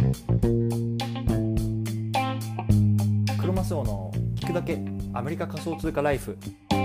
クロマスオの聞くだけアメリカ仮想通貨ライフ。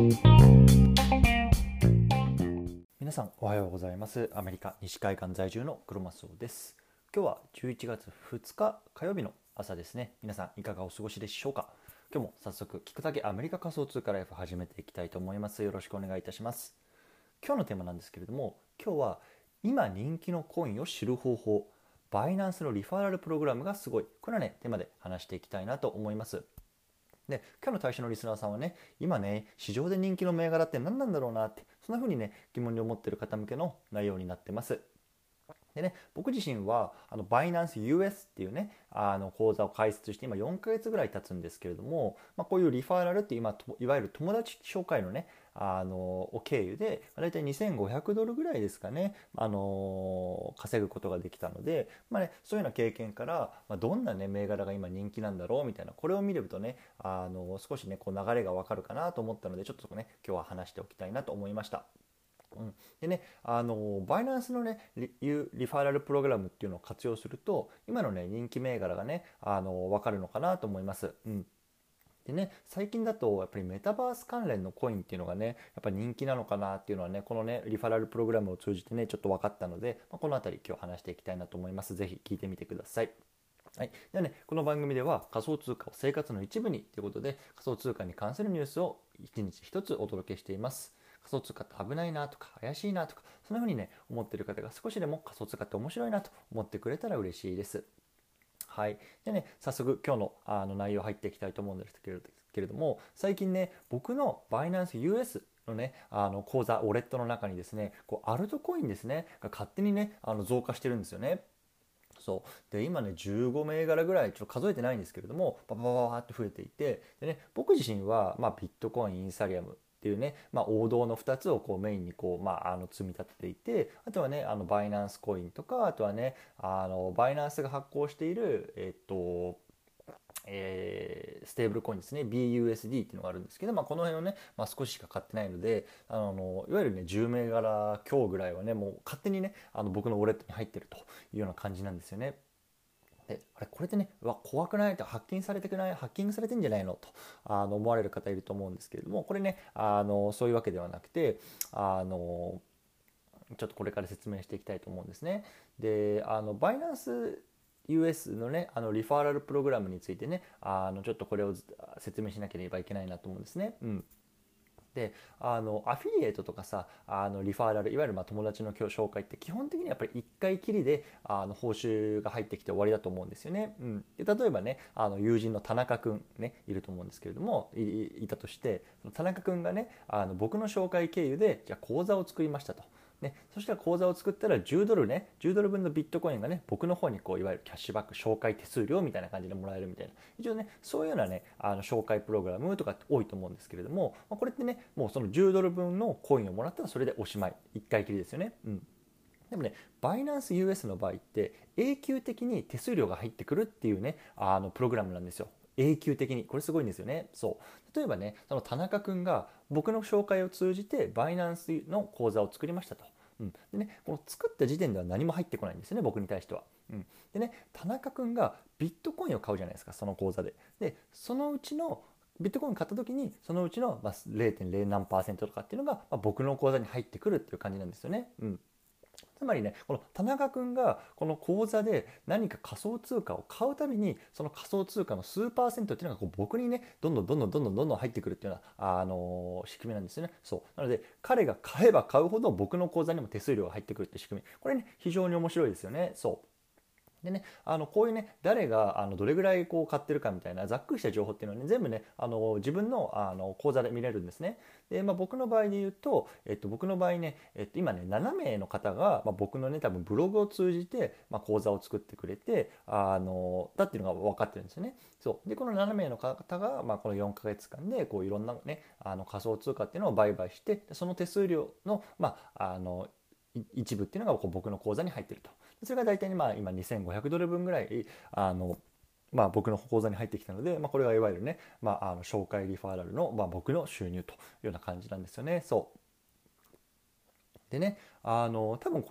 皆さんおはようございます。アメリカ西海岸在住のクロマスオです。今日は11月2日火曜日の朝ですね。皆さんいかがお過ごしでしょうか。今日も早速聞くだけアメリカ仮想通貨ライフ始めていきたいと思います。よろしくお願いいたします。今日のテーマなんですけれども、今日は今人気のコインを知る方法、バイナンスのリファラルプログラムがすごい、これはねテーマで話していきたいなと思います。で、今日の対象のリスナーさんはね、今ね市場で人気の銘柄って何なんだろうなって、そんな風にね疑問に思っている方向けの内容になってます。でね、僕自身はバイナンス US っていうね口座を開設して今4ヶ月ぐらい経つんですけれども、こういうリファーラルっていういわゆる友達紹介のねを経由でだいたい$2500ぐらいですかね、稼ぐことができたので、そういうような経験から、どんなね銘柄が今人気なんだろうみたいな、これを見れるとね少しねこう流れがわかるかなと思ったので、ちょっとね今日は話しておきたいなと思いました。でね、バイナンスのねリファラルプログラムっていうのを活用すると、今のね人気銘柄がね分かるのかなと思います。でね、最近だとやっぱりメタバース関連のコインっていうのがねやっぱり人気なのかなっていうのはね、このねリファラルプログラムを通じてねちょっと分かったので、このあたり今日話していきたいなと思います。ぜひ聞いてみてください。はい、ではね、この番組では仮想通貨を生活の一部にということで、仮想通貨に関するニュースを一日一つお届けしています。仮想通貨って危ないなとか怪しいなとか、そんな風にね思っている方が少しでも仮想通貨って面白いなと思ってくれたら嬉しいです。はい。でね、早速今日の内容入っていきたいと思うんですけれども、最近ね僕のバイナンス USのね口座ウォレットの中にですね、こうアルトコインですねが勝手にね増加してるんですよね。そうで、今ね15銘柄ぐらいちょっと数えてないんですけれども、ババババって増えていて、でね僕自身はビットコイン、インサリアムっていうね、王道の2つをこうメインにこう、積み立てていて、あとはねバイナンスコインとか、あとはねバイナンスが発行しているステーブルコインですね、 BUSD っていうのがあるんですけど、この辺をね、少ししか買ってないので、いわゆるね10銘柄今日ぐらいはねもう勝手にね僕のウォレットに入ってるというような感じなんですよね。で、あれこれでね、怖くないと、ハッキングされてくない、ハッキングされてんじゃないのと思われる方いると思うんですけれども、これねそういうわけではなくて、ちょっとこれから説明していきたいと思うんですね。で、バイナンス US のねリファーラルプログラムについてねちょっとこれを説明しなければいけないなと思うんですね。でアフィリエイトとかさリファーラル、いわゆる友達の紹介って基本的にやっぱり1回きりで報酬が入ってきて終わりだと思うんですよね。で例えばね友人の田中くんねいると思うんですけれども、いたとして、田中くんがね僕の紹介経由でじゃあ口座を作りましたと。そしたら口座を作ったら$10ね、$10分のビットコインがね僕の方にこういわゆるキャッシュバック、紹介手数料みたいな感じでもらえるみたいな、一応ねそういうようなね紹介プログラムとかって多いと思うんですけれども、これってねもうその$10分のコインをもらったらそれでおしまい、1回きりですよね。でもねバイナンス US の場合って永久的に手数料が入ってくるっていうねプログラムなんですよ。永久的に、これすごいんですよね。そう例えばねその田中くんが僕の紹介を通じてバイナンスの口座を作りましたと。でね、この作った時点では何も入ってこないんですよね、僕に対しては。でね、田中くんがビットコインを買うじゃないですか、その口座で。でそのうちのビットコイン買った時にそのうちの0.0何パーセントとかっていうのが僕の口座に入ってくるっていう感じなんですよね。つまりねこの田中君がこの口座で何か仮想通貨を買うたびに、その仮想通貨の数パーセントっていうのがこう僕にねどんどん入ってくるっていうような仕組みなんですよね。なので彼が買えば買うほど僕の口座にも手数料が入ってくるって仕組み、これね非常に面白いですよね。でね、こういうね誰がどれぐらいこう買ってるかみたいなざっくりした情報っていうのはね全部ね自分の口座で見れるんですね。で、僕の場合で言うと、僕の場合ね、今ね7名の方が、僕のね多分ブログを通じて、口座を作ってくれてだっていうのが分かってるんですよね。でこの7名の方が、この4ヶ月間でこういろんなね仮想通貨っていうのを売買して、その手数料の一部っていうのがこう僕の口座に入ってると。それが大体、今$2500分ぐらい僕の口座に入ってきたので、これがいわゆるね、紹介リファーラルの、僕の収入というような感じなんですよね。でね多分これっ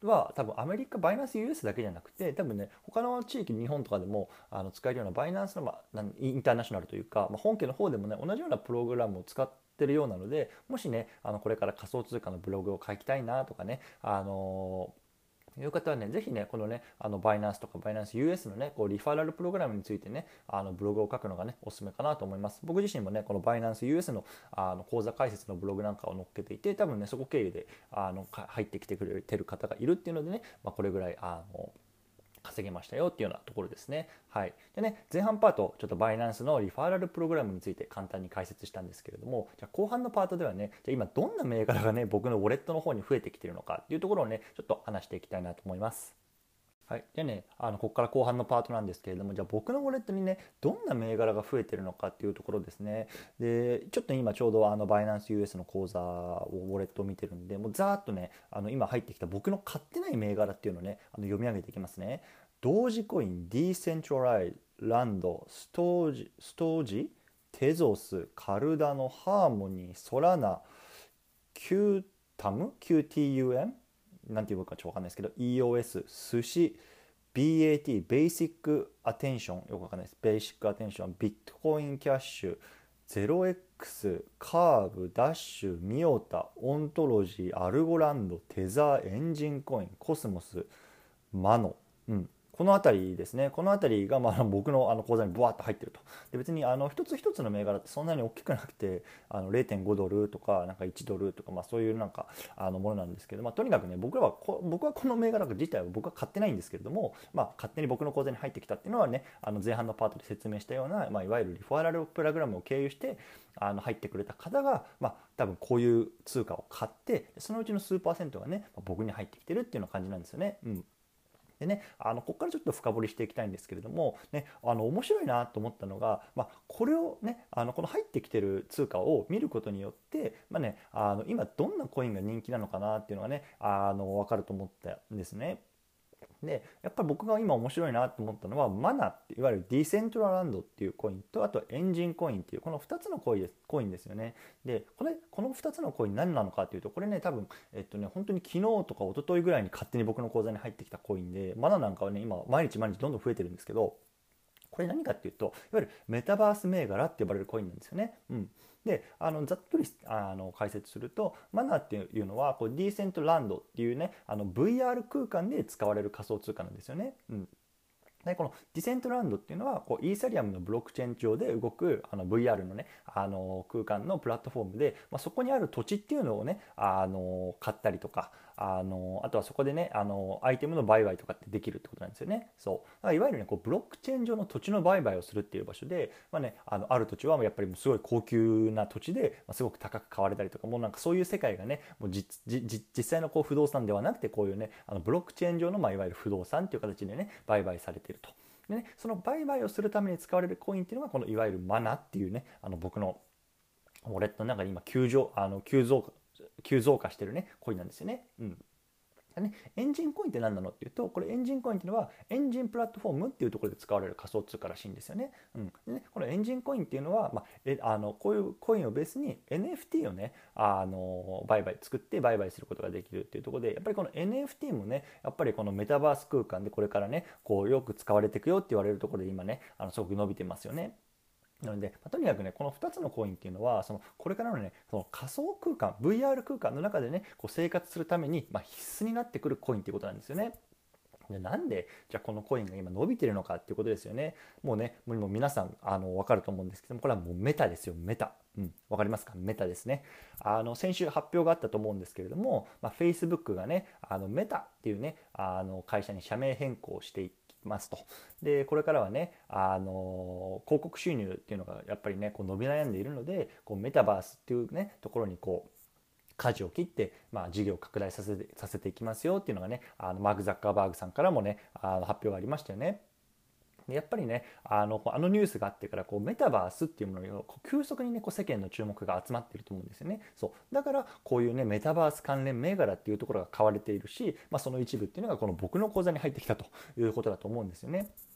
は多分アメリカバイナンス US だけじゃなくて多分ね他の地域日本とかでも使えるようなバイナンスの、インターナショナルというか、本家の方でもね同じようなプログラムを使ってるようなので、もしねこれから仮想通貨のブログを書きたいなとかねいう方はね、ぜひね、このね、バイナンスとかバイナンス US のね、こうリファラルプログラムについてね、ブログを書くのがね、おすすめかなと思います。僕自身もね、このバイナンス US の、講座解説のブログなんかを載っけていて、多分ね、そこ経由で入ってきてくれてる方がいるっていうのでね、これぐらい稼げましたよっていうようなところですね。はい。でね、前半パート、ちょっとバイナンスのリファラルプログラムについて簡単に解説したんですけれども、じゃあ後半のパートではね、じゃあ今どんな銘柄がね、僕のウォレットの方に増えてきているのかっていうところをね、ちょっと話していきたいなと思います。はい、じゃあね、ここから後半のパートなんですけれども、じゃあ僕のウォレットにね、どんな銘柄が増えてるのかっていうところですね。で、ちょっと今ちょうどバイナンス US の口座をウォレットを見てるんで、もうざーっとね、今入ってきた僕の買ってない銘柄っていうのをね、読み上げていきますね。同時コイン、ディーセントライランド、ストージ、テゾス、カルダノ、ハーモニー、ソラナ、キュータム、QTUM、なんていうかちょっとわかんないですけど、EOS、寿司、BAT、ベーシックアテンション、よくわかんないです。ベーシックアテンション、ビットコインキャッシュ、0x、カーブ、ダッシュ、ミオタ、オントロジー、アルゴランド、テザー、エンジンコイン、コスモス、マノ、この辺りですね。この辺りが僕の口座にブワッと入ってると。で別に一つ一つの銘柄ってそんなに大きくなくて0.5ドルとかなんか1ドルとかそういうなんかものなんですけど、とにかくね僕はこの銘柄自体は僕は買ってないんですけれども、勝手に僕の口座に入ってきたっていうのはね前半のパートで説明したような、いわゆるリファラルプログラムを経由して入ってくれた方が、多分こういう通貨を買ってそのうちの数パーセントがね僕に入ってきてるっていうような感じなんですよね。でね、ここからちょっと深掘りしていきたいんですけれども、ね、面白いなと思ったのが、これをねこの入ってきてる通貨を見ることによって、今どんなコインが人気なのかなっていうのがね分かると思ったんですね。でやっぱり僕が今面白いなと思ったのはマナっていわゆるディセントラランドっていうコインとあとエンジンコインっていうこの2つのコインですよね。でこの2つのコイン何なのかっていうと、これね多分本当に昨日とか一昨日ぐらいに勝手に僕の口座に入ってきたコインで、マナなんかはね今毎日どんどん増えてるんですけど、これ何かっていうといわゆるメタバース銘柄って呼ばれるコインなんですよね。でざっとり解説すると、マナーっていうのはこうディーセントランドっていうねVR 空間で使われる仮想通貨なんですよね。でこのディセントランドっていうのはこうイーサリアムのブロックチェーン上で動くVR のね空間のプラットフォームで、そこにある土地っていうのをね買ったりとかあとはそこでねアイテムの売買とかってできるってことなんですよね。そういわゆるねこうブロックチェーン上の土地の売買をするっていう場所で、ある土地はやっぱりすごい高級な土地で、すごく高く買われたりとか、もうなんかそういう世界がねもう実際のこう不動産ではなくてこういうねブロックチェーン上のいわゆる不動産っていう形でね売買されていると。でね、その売買をするために使われるコインっていうのがこのいわゆるマナっていうね僕のウォレットの中で今急増化してるねコインなんですよね。エンジンコインって何なのっていうと、これエンジンコインっていうのはエンジンプラットフォームっていうところで使われる仮想通貨らしいんですよね。でねこのエンジンコインっていうのは、こういうコインをベースに NFT をね作って売買することができるっていうところで、やっぱりこの NFT もねやっぱりこのメタバース空間でこれからねこうよく使われていくよって言われるところで今ねすごく伸びてますよね。なので、とにかくねこの2つのコインっていうのはこれからのねその仮想空間 VR 空間の中でねこう生活するために、必須になってくるコインっていうことなんですよね。でなんでじゃあこのコインが今伸びてるのかっていうことですよね。もう皆さん分かると思うんですけども、これはもうメタですよ。メタ、分かりますか？メタですね。先週発表があったと思うんですけれども、Facebook がねメタっていうね会社に社名変更していってますと。でこれからはね広告収入っていうのがやっぱりねこう伸び悩んでいるので、こうメタバースっていうねところにこう舵を切って、事業を拡大させていきますよっていうのがねマーク・ザッカーバーグさんからもね発表がありましたよね。でやっぱりねニュースがあってからこうメタバースっていうものに急速にねこう世間の注目が集まっていると思うんですよね。だからこういうねメタバース関連銘柄っていうところが買われているし、その一部っていうのがこの僕の口座に入ってきたということだと思うんですよね。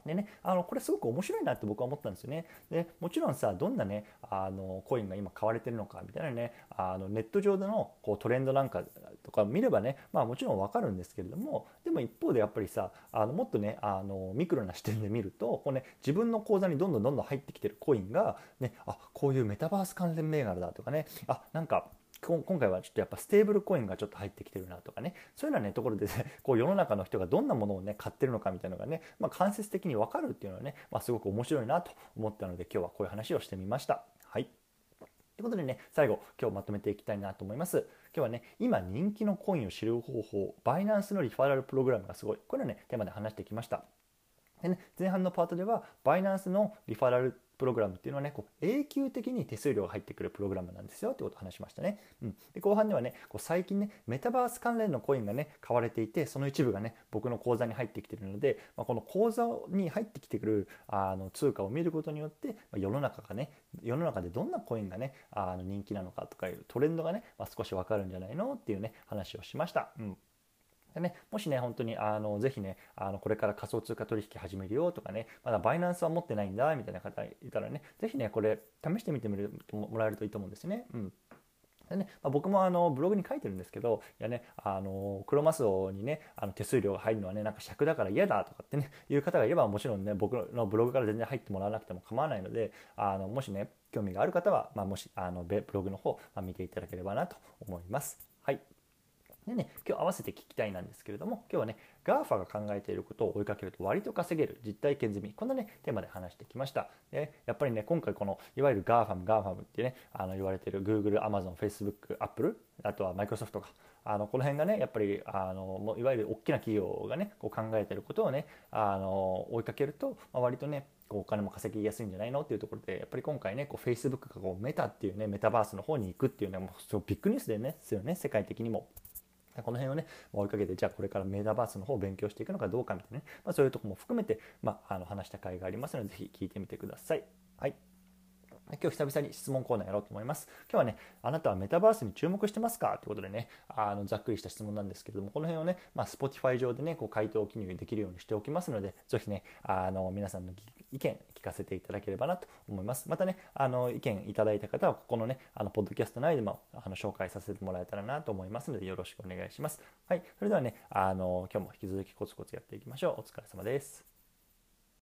でね、これすごく面白いなって僕は思ったんですよね。でもちろんさ、どんなねコインが今買われてるのかみたいなね、ネット上でのこうトレンドなんかとか見ればね、まあもちろんわかるんですけれども、でも一方でやっぱりさ、もっとねミクロな視点で見るとこう、ね、自分の口座にどんどん入ってきてるコインが、ね、こういうメタバース関連銘柄だとかね、なんか今回はちょっとやっぱステーブルコインがちょっと入ってきてるなとかね、そういうような、ね、ところで、ね、こう世の中の人がどんなものを、ね、買ってるのかみたいなのがね、間接的に分かるっていうのはね、すごく面白いなと思ったので、今日はこういう話をしてみました。はい。ということでね、最後、今日まとめていきたいなと思います。今日はね、今人気のコインを知る方法、バイナンスのリファラルプログラムがすごい。これをね、テーマで話してきました。でね、前半のパートではバイナンスのリファラルプログラムっていうのはね、こう永久的に手数料が入ってくるプログラムなんですよってことを話しましたね。で後半ではね、こう最近ねメタバース関連のコインがね買われていて、その一部がね僕の口座に入ってきているので、この口座に入ってきてくる通貨を見ることによって、世の中でどんなコインがね人気なのかとかいうトレンドがね、少し分かるんじゃないのっていうね話をしました。でね、もしね本当にぜひねこれから仮想通貨取引始めるよとかね、まだバイナンスは持ってないんだみたいな方いたらね、ぜひねこれ試してみてもらえるといいと思うんですね。でね、僕もブログに書いてるんですけど、いやね、クロマスオにね手数料が入るのはねなんか尺だから嫌だとかってねいう方がいれば、もちろんね僕のブログから全然入ってもらわなくても構わないので、もしね興味がある方は、もしブログの方、見ていただければなと思います。はい。でね、今日合わせて聞きたいなんですけれども、今日はね GAFA が考えていることを追いかけると割と稼げる実体験済み、こんなねテーマで話してきました。でやっぱりね今回このいわゆる GAFAM ってね言われている Google、Amazon、Facebook、あとは Microsoft とかこの辺がねやっぱりもういわゆる大きな企業がねこう考えていることをね追いかけると、割とねこうお金も稼ぎやすいんじゃないのっていうところで、やっぱり今回ねこう Facebook がこうメタっていうねメタバースの方に行くっていうね、もうすごいビッグニュースですよね、世界的にも。この辺をね追いかけて、じゃあこれからメタバースの方を勉強していくのかどうかみたいなね、そういうところも含めて、話した回がありますので、ぜひ聞いてみてください。はい。今日久々に質問コーナーやろうと思います。今日はね、あなたはメタバースに注目してますかということでね、ざっくりした質問なんですけれども、この辺をね、Spotify 上でね、こう回答を記入できるようにしておきますので、ぜひね、皆さんの意見聞かせていただければなと思います。またね、意見いただいた方は、ここのね、ポッドキャスト内でも紹介させてもらえたらなと思いますので、よろしくお願いします。はい、それではね、今日も引き続きコツコツやっていきましょう。お疲れ様です。